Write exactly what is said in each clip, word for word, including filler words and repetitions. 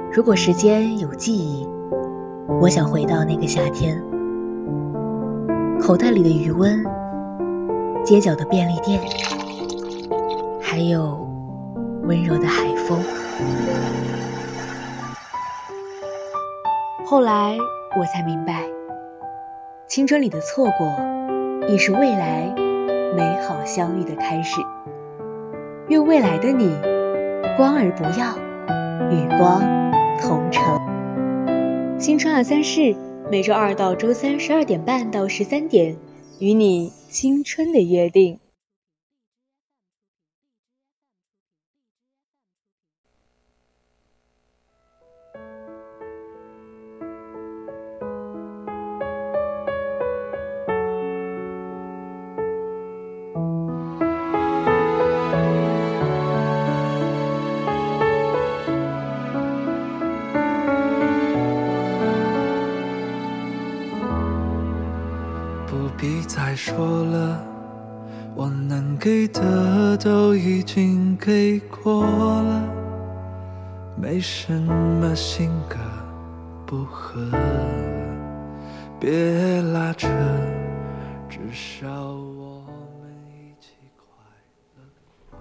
如果时间有记忆，我想回到那个夏天，口袋里的余温，街角的便利店，还有温柔的海风。后来我才明白，青春里的错过亦是未来美好相遇的开始。愿未来的你光而不要，与光同城。新春二三事，每周二到周三十二点半到十三点，与你青春的约定。 别再说了，我能给的都已经给过了，没什么性格不合，别拉扯，至少我们一起快乐。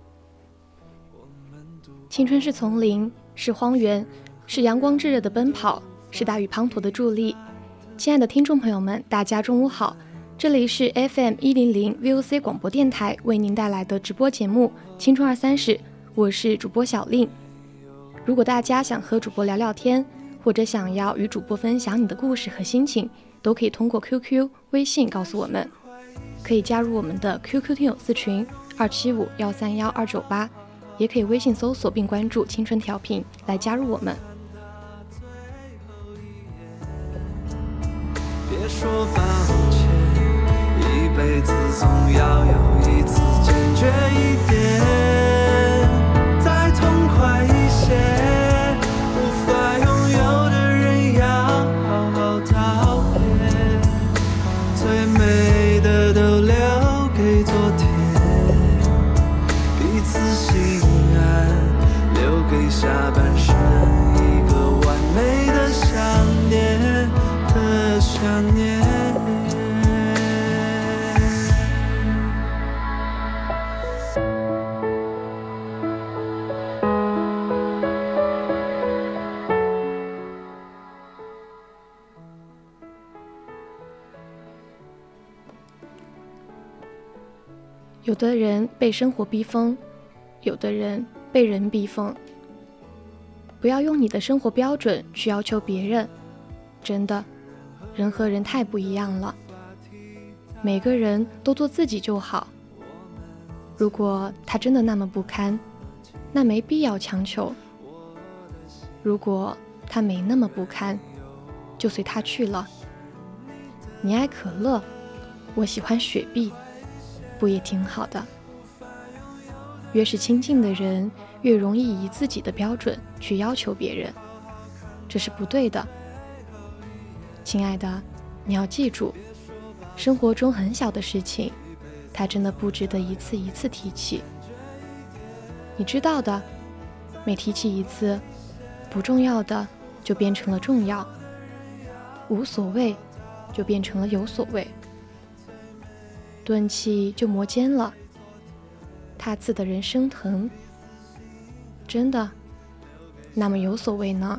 青春是丛林，是荒原，是阳光炙热的奔跑，是大雨滂沱的伫立。亲爱的听众朋友们，大家中午好，这里是 F M 一零零 V O C 广播电台为您带来的直播节目青春二三事，我是主播小令。如果大家想和主播聊聊天，或者想要与主播分享你的故事和心情，都可以通过 Q Q 微信告诉我们，可以加入我们的 Q Q 听友四群二七五一三一二九八，也可以微信搜索并关注青春调频来加入我们。 别说抱歉，一辈子总要有一次坚决一点，再痛快一些，无法拥有的人要好好道别，最美的都留给昨天，彼此心安，留给下半生一个完美的想念的想念。 有的人被生活逼疯，有的人被人逼疯。不要用你的生活标准去要求别人，真的，人和人太不一样了。每个人都做自己就好。如果他真的那么不堪，那没必要强求。如果他没那么不堪，就随他去了。你爱可乐，我喜欢雪碧，不也挺好的？越是亲近的人，越容易以自己的标准去要求别人，这是不对的。亲爱的，你要记住，生活中很小的事情，它真的不值得一次一次提起。你知道的，每提起一次，不重要的就变成了重要，无所谓就变成了有所谓，钝器就磨尖了，它刺的人生疼。真的，那么有所谓呢？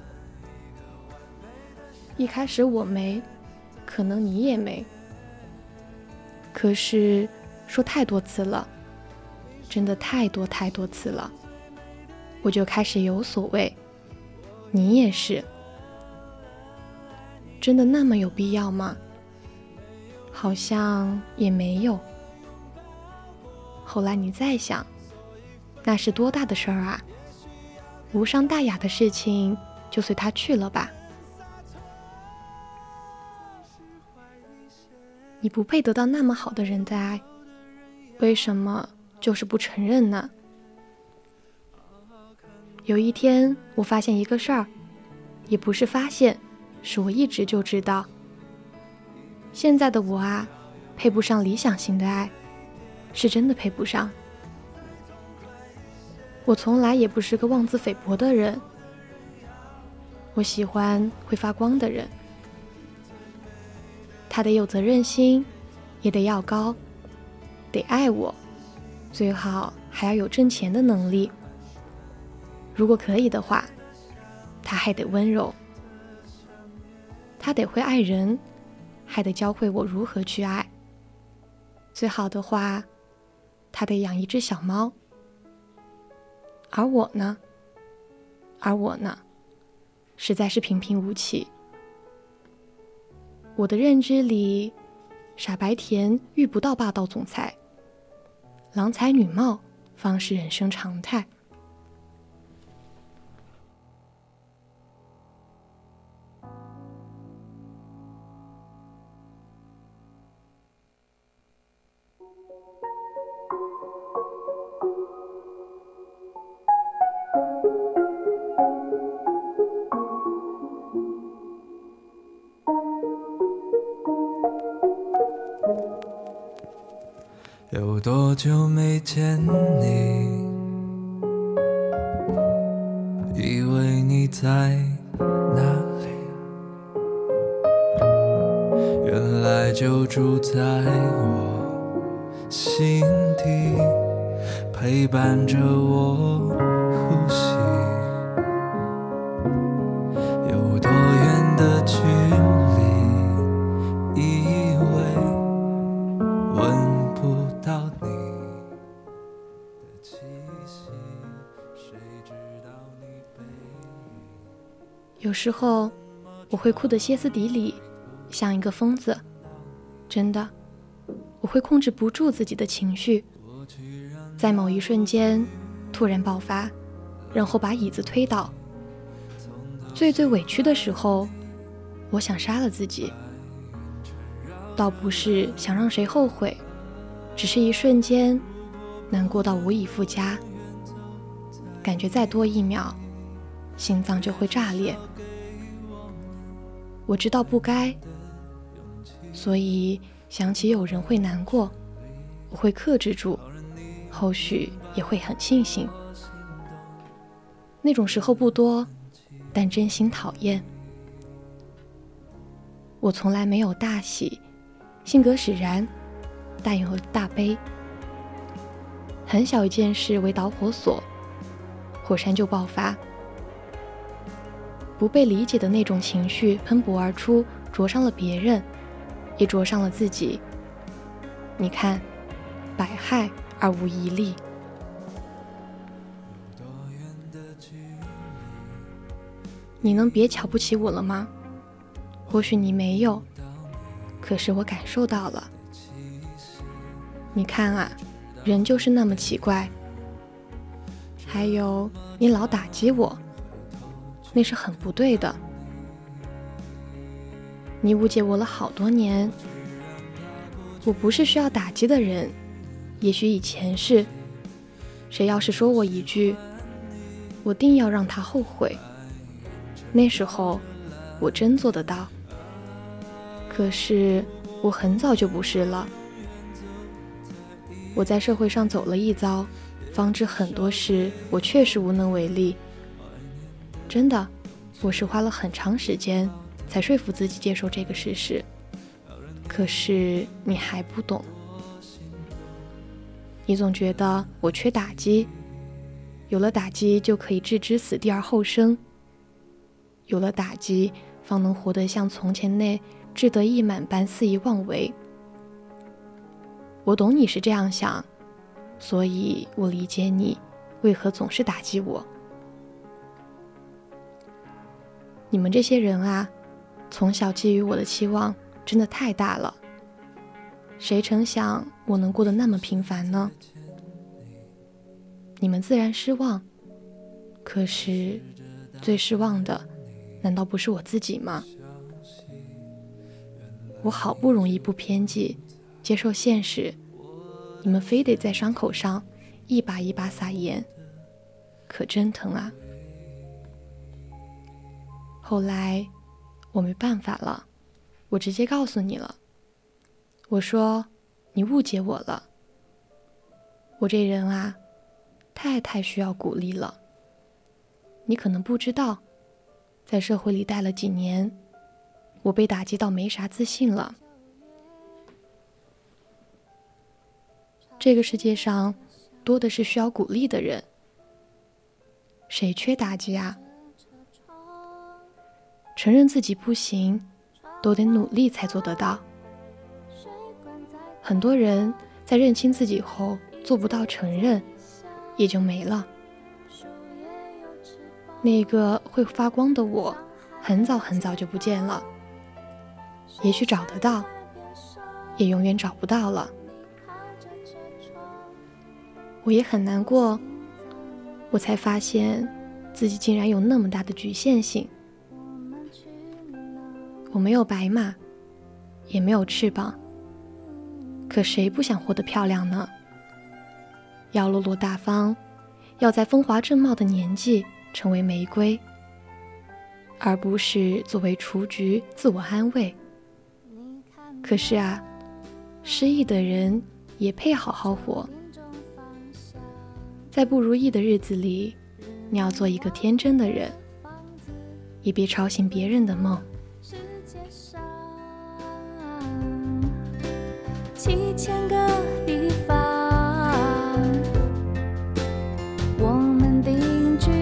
一开始我没，可能你也没，可是说太多次了，真的太多太多次了，我就开始有所谓。你也是。真的那么有必要吗？好像也没有。后来你再想，那是多大的事儿啊，无伤大雅的事情，就随他去了吧。你不配得到那么好的人的爱，为什么就是不承认呢？有一天我发现一个事儿，也不是发现，是我一直就知道。现在的我啊，配不上理想型的爱，是真的配不上。我从来也不是个妄自菲薄的人， 我喜欢会发光的人，他得有责任心，也得要高，得爱我，最好还要有挣钱的能力。如果可以的话，他还得温柔，他得会爱人，还得教会我如何去爱。最好的话，他得养一只小猫。而我呢？而我呢？实在是平平无奇。我的认知里，傻白甜遇不到霸道总裁，郎才女貌方是人生常态。 有多久没见你，以为你在哪里，原来就住在我心底，陪伴着我呼吸。有多远的距离，以为闻不到你的气息，谁知道你背影。 有时候我会哭得歇斯底里，像一个疯子。真的，我会控制不住自己的情绪，在某一瞬间突然爆发，然后把椅子推倒。最最委屈的时候，我想杀了自己，倒不是想让谁后悔，只是一瞬间难过到无以复加，感觉再多一秒心脏就会炸裂。我知道不该，所以想起有人会难过，我会克制住，后续也会很庆幸。那种时候不多，但真心讨厌。我从来没有大喜，性格使然，但有大悲。很小一件事为导火索，火山就爆发。不被理解的那种情绪喷薄而出，灼伤了别人，也灼伤了自己。你看，百害而无一利。你能别瞧不起我了吗？或许你没有，可是我感受到了。你看啊，人就是那么奇怪。还有，你老打击我，那是很不对的。你误解我了好多年，我不是需要打击的人，也许以前是。谁要是说我一句，我定要让他后悔。那时候我真做得到，可是我很早就不是了。我在社会上走了一遭，方知很多事我确实无能为力。真的，我是花了很长时间才说服自己接受这个事实。可是你还不懂，你总觉得我缺打击，有了打击就可以置之死地而后生，有了打击方能活得像从前那志得意满般肆意妄为。我懂你是这样想，所以我理解你为何总是打击我。你们这些人啊，从小寄予我的期望真的太大了，谁曾想我能过得那么平凡呢？你们自然失望，可是最失望的难道不是我自己吗？我好不容易不偏激，接受现实，你们非得在伤口上一把一把撒盐，可真疼啊。后来我没办法了，我直接告诉你了。我说你误解我了，我这人啊，太太需要鼓励了。你可能不知道， 在社会里待了几年，我被打击到没啥自信了。这个世界上多的是需要鼓励的人，谁缺打击啊？承认自己不行，都得努力才做得到。很多人在认清自己后做不到承认，也就没了。那个会发光的我，很早很早就不见了。也许找得到，也永远找不到了。我也很难过，我才发现自己竟然有那么大的局限性。我没有白马，也没有翅膀，可谁不想活得漂亮呢？要落落大方，要在风华正茂的年纪成为玫瑰，而不是作为雏菊自我安慰。可是啊，失意的人也配好好活。在不如意的日子里，你要做一个天真的人，也别吵醒别人的梦。 七千个地方，我们定居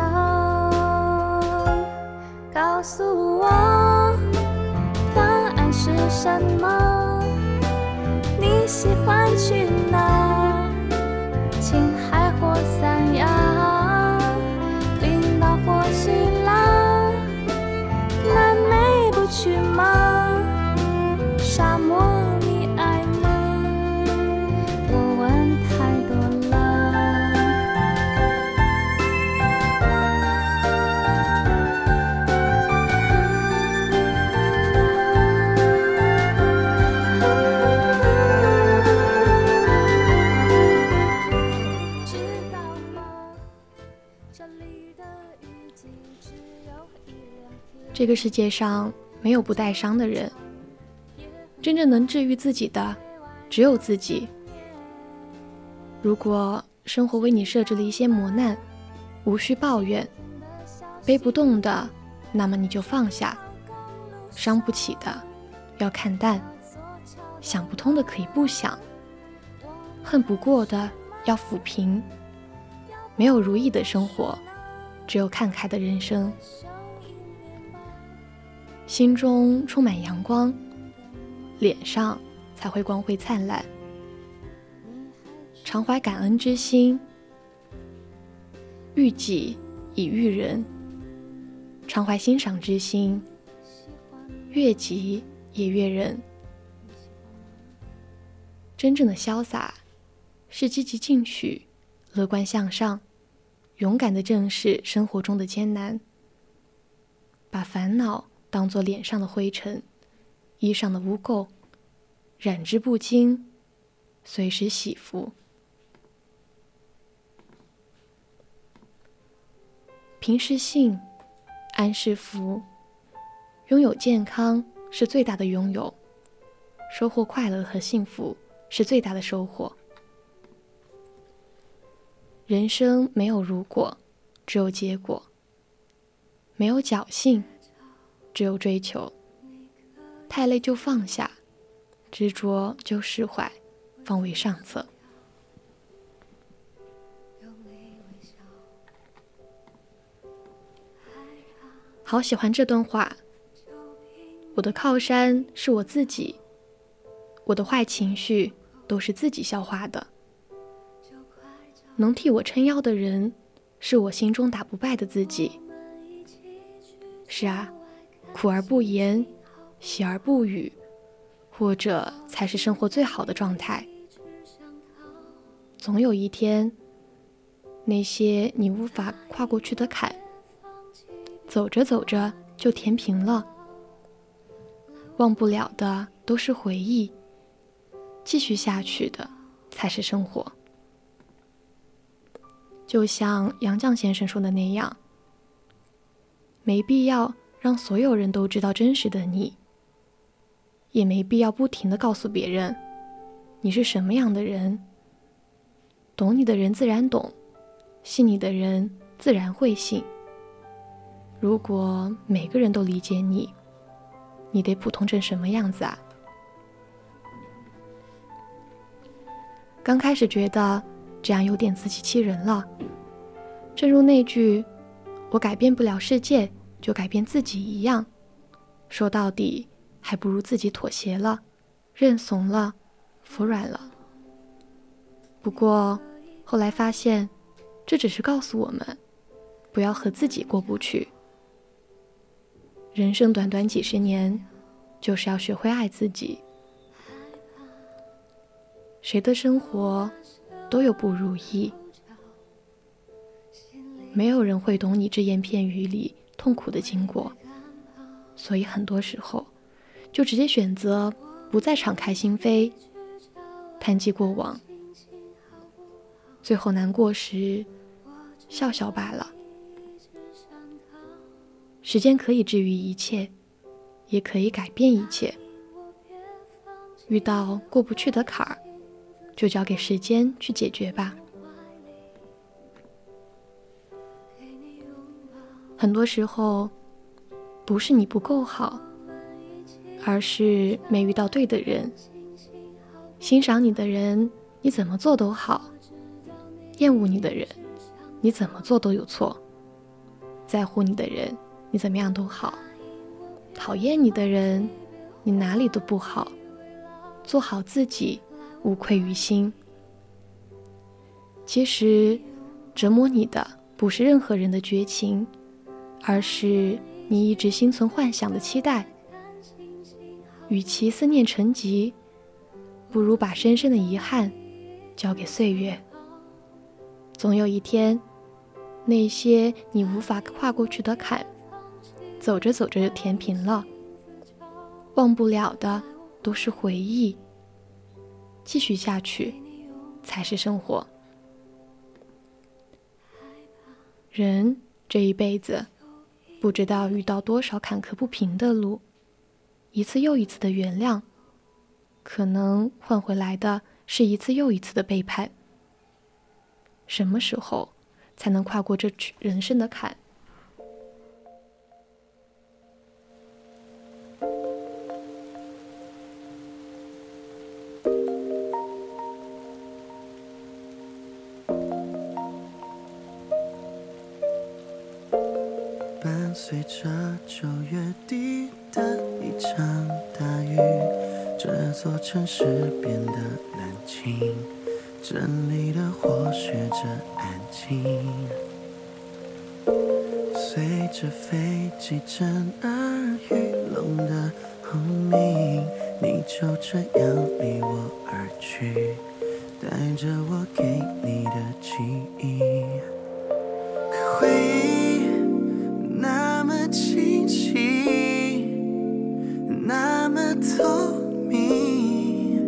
呢？告诉我，答案是什么？你喜欢去哪？青海或三亚，冰岛或希腊，南美不去吗？沙漠你爱吗？我问太多了。知道吗？这里的雨季只有一两天。 这个世界上没有不带伤的人，真正能治愈自己的只有自己。如果生活为你设置了一些磨难，无需抱怨，背不动的，那么你就放下，伤不起的要看淡，想不通的可以不想，恨不过的要抚平。没有如意的生活，只有看开的人生。心中充满阳光，脸上才会光辉灿烂。常怀感恩之心，育己以育人；常怀欣赏之心，悦己也悦人。真正的潇洒是积极进取，乐观向上，勇敢地正视生活中的艰难，把烦恼当作脸上的灰尘，衣上的污垢，染之不惊，随时洗服。平是幸，安是福。拥有健康是最大的拥有，收获快乐和幸福是最大的收获。人生没有如果，只有结果；没有侥幸，只有追求。太累就放下，执着就释怀，方为上策。好喜欢这段话。我的靠山是我自己，我的坏情绪都是自己消化的。能替我撑腰的人，是我心中打不败的自己。是啊，苦而不言，喜而不语，或者才是生活最好的状态。总有一天，那些你无法跨过去的坎，走着走着就填平了。忘不了的都是回忆，继续下去的才是生活。就像杨绛先生说的那样，没必要让所有人都知道真实的你，也没必要不停地告诉别人你是什么样的人。懂你的人自然懂，信你的人自然会信。 如果每个人都理解你，你得普通成什么样子啊？刚开始觉得这样有点自欺欺人了，正如那句我改变不了世界，就改变自己一样，说到底还不如自己妥协了，认怂了，服软了。不过后来发现，这只是告诉我们不要和自己过不去。人生短短几十年，就是要学会爱自己。谁的生活都有不如意，没有人会懂你只言片语里痛苦的经过，所以很多时候就直接选择不再敞开心扉，谈及过往，最后难过时笑笑罢了。时间可以治愈一切，也可以改变一切。遇到过不去的坎儿，就交给时间去解决吧。很多时候不是你不够好，而是没遇到对的人。欣赏你的人，你怎么做都好；厌恶你的人，你怎么做都有错；在乎你的人，你怎么样都好；讨厌你的人，你哪里都不好。做好自己，无愧于心。其实折磨你的不是任何人的绝情，而是你一直心存幻想的期待。与其思念成疾，不如把深深的遗憾交给岁月。总有一天，那些你无法跨过去的坎，走着走着就填平了。忘不了的都是回忆，继续下去才是生活。人这一辈子不知道遇到多少坎坷不平的路，一次又一次的原谅，可能换回来的是一次又一次的背叛。什么时候才能跨过这人生的坎？ 伴随着九月底的一场大雨，这座城市变得冷清，镇里的火学着安静，随着飞机震耳欲聋的轰鸣，你就这样离我而去，带着我给你的记忆。可回忆那么清晰，那么透明，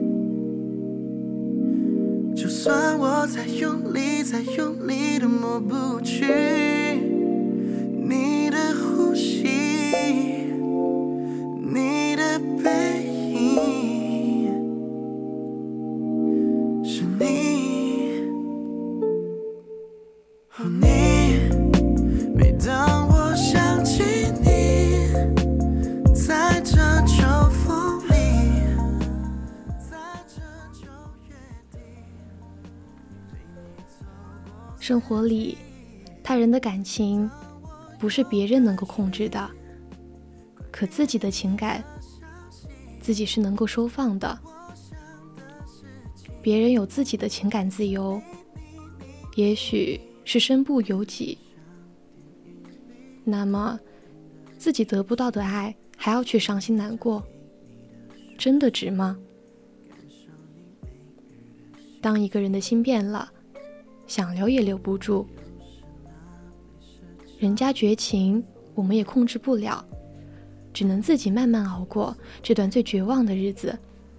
就算我再用力再用力都抹不去你的呼吸，你的背影，是你，哦你，每当我想起你，在这秋风里，在这九月底。 生活里，他人的感情不是别人能够控制的，可自己的情感，自己是能够收放的。别人有自己的情感自由，也许是身不由己，那么自己得不到的爱还要去伤心难过，真的值吗？当一个人的心变了，想留也留不住，人家绝情我们也控制不了，只能自己慢慢熬过这段最绝望的日子。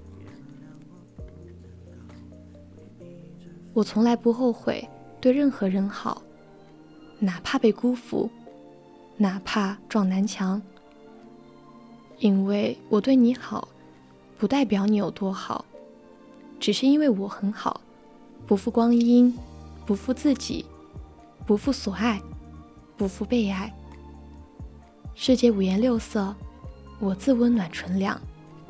我从来不后悔对任何人好，哪怕被辜负，哪怕撞南墙，因为我对你好不代表你有多好，只是因为我很好，不负光阴，不负自己，不负所爱，不负被爱。 世界五颜六色，我自温暖纯良。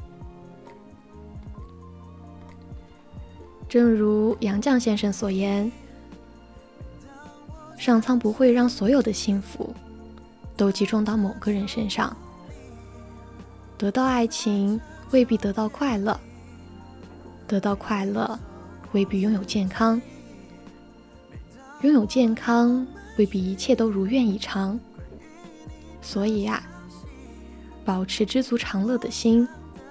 正如杨绛先生所言，上苍不会让所有的幸福都集中到某个人身上。得到爱情未必得到快乐，得到快乐未必拥有健康，拥有健康未必一切都如愿以偿。所以啊，保持知足常乐的心，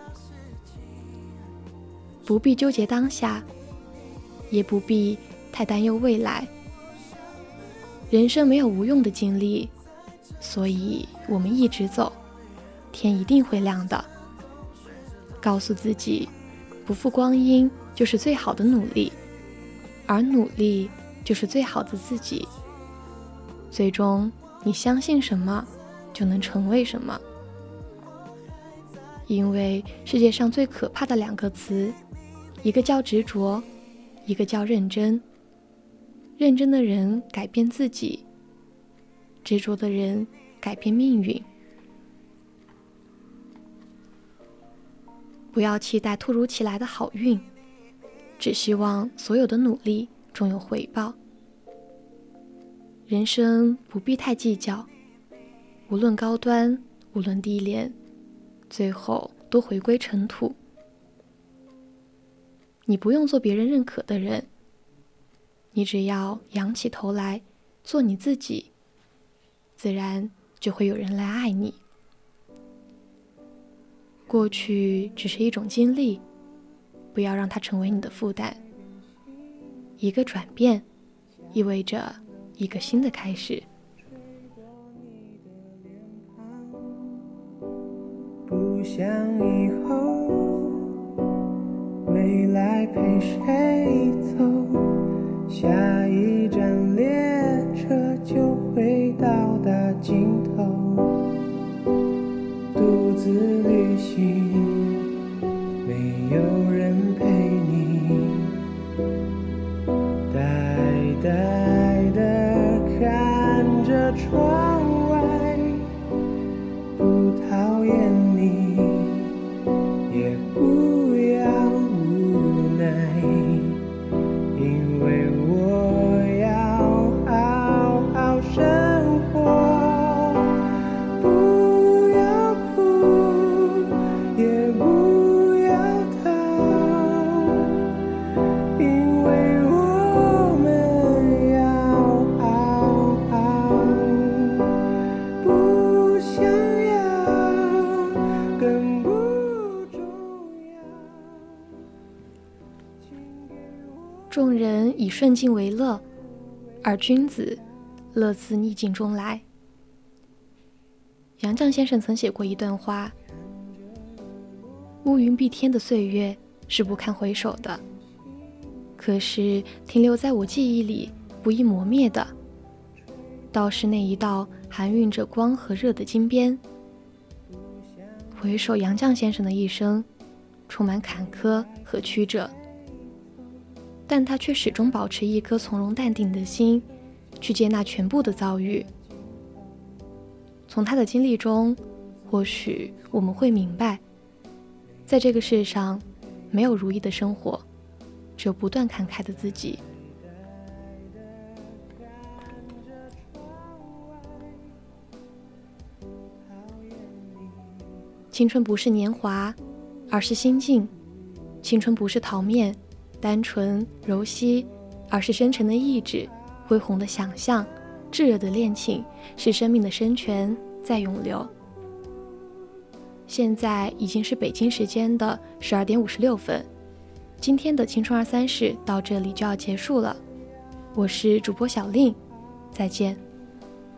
不必纠结当下，也不必太担忧未来。人生没有无用的经历，所以我们一直走，天一定会亮的。告诉自己，不负光阴就是最好的努力，而努力就是最好的自己。最终，你相信什么，就能成为什么。因为世界上最可怕的两个词，一个叫执着，一个叫认真。认真的人改变自己，执着的人改变命运。不要期待突如其来的好运，只希望所有的努力终有回报。人生不必太计较，无论高端，无论低廉，最后都回归尘土。你不用做别人认可的人，你只要仰起头来做你自己，自然就会有人来爱你。过去只是一种经历，不要让它成为你的负担。一个转变意味着一个新的开始。 不想以后未来陪谁走，下一站列车就会到达尽头，独自旅行，没有人陪你，呆呆地看着窗外，不讨厌你，也不要无奈，因为我要好好生活，不要哭，也不要逃，因为我们要好好，不想要，更不重要。 众人以顺境为乐，而君子乐自逆境中来。杨绛先生曾写过一段话：乌云蔽天的岁月是不堪回首的，可是停留在我记忆里不易磨灭的，倒是那一道含蕴着光和热的金边。回首杨绛先生的一生，充满坎坷和曲折，但他却始终保持一颗从容淡定的心，去接纳全部的遭遇。从他的经历中，或许我们会明白，在这个世上没有如意的生活，只有不断看开的自己。青春不是年华，而是心境；青春不是桃面单纯柔细，而是深沉的意志，恢宏的想象，炙热的恋情，是生命的深泉在涌流。现在已经是北京时间的十二点五十六分，今天的青春二三事到这里就要结束了。我是主播小令，再见。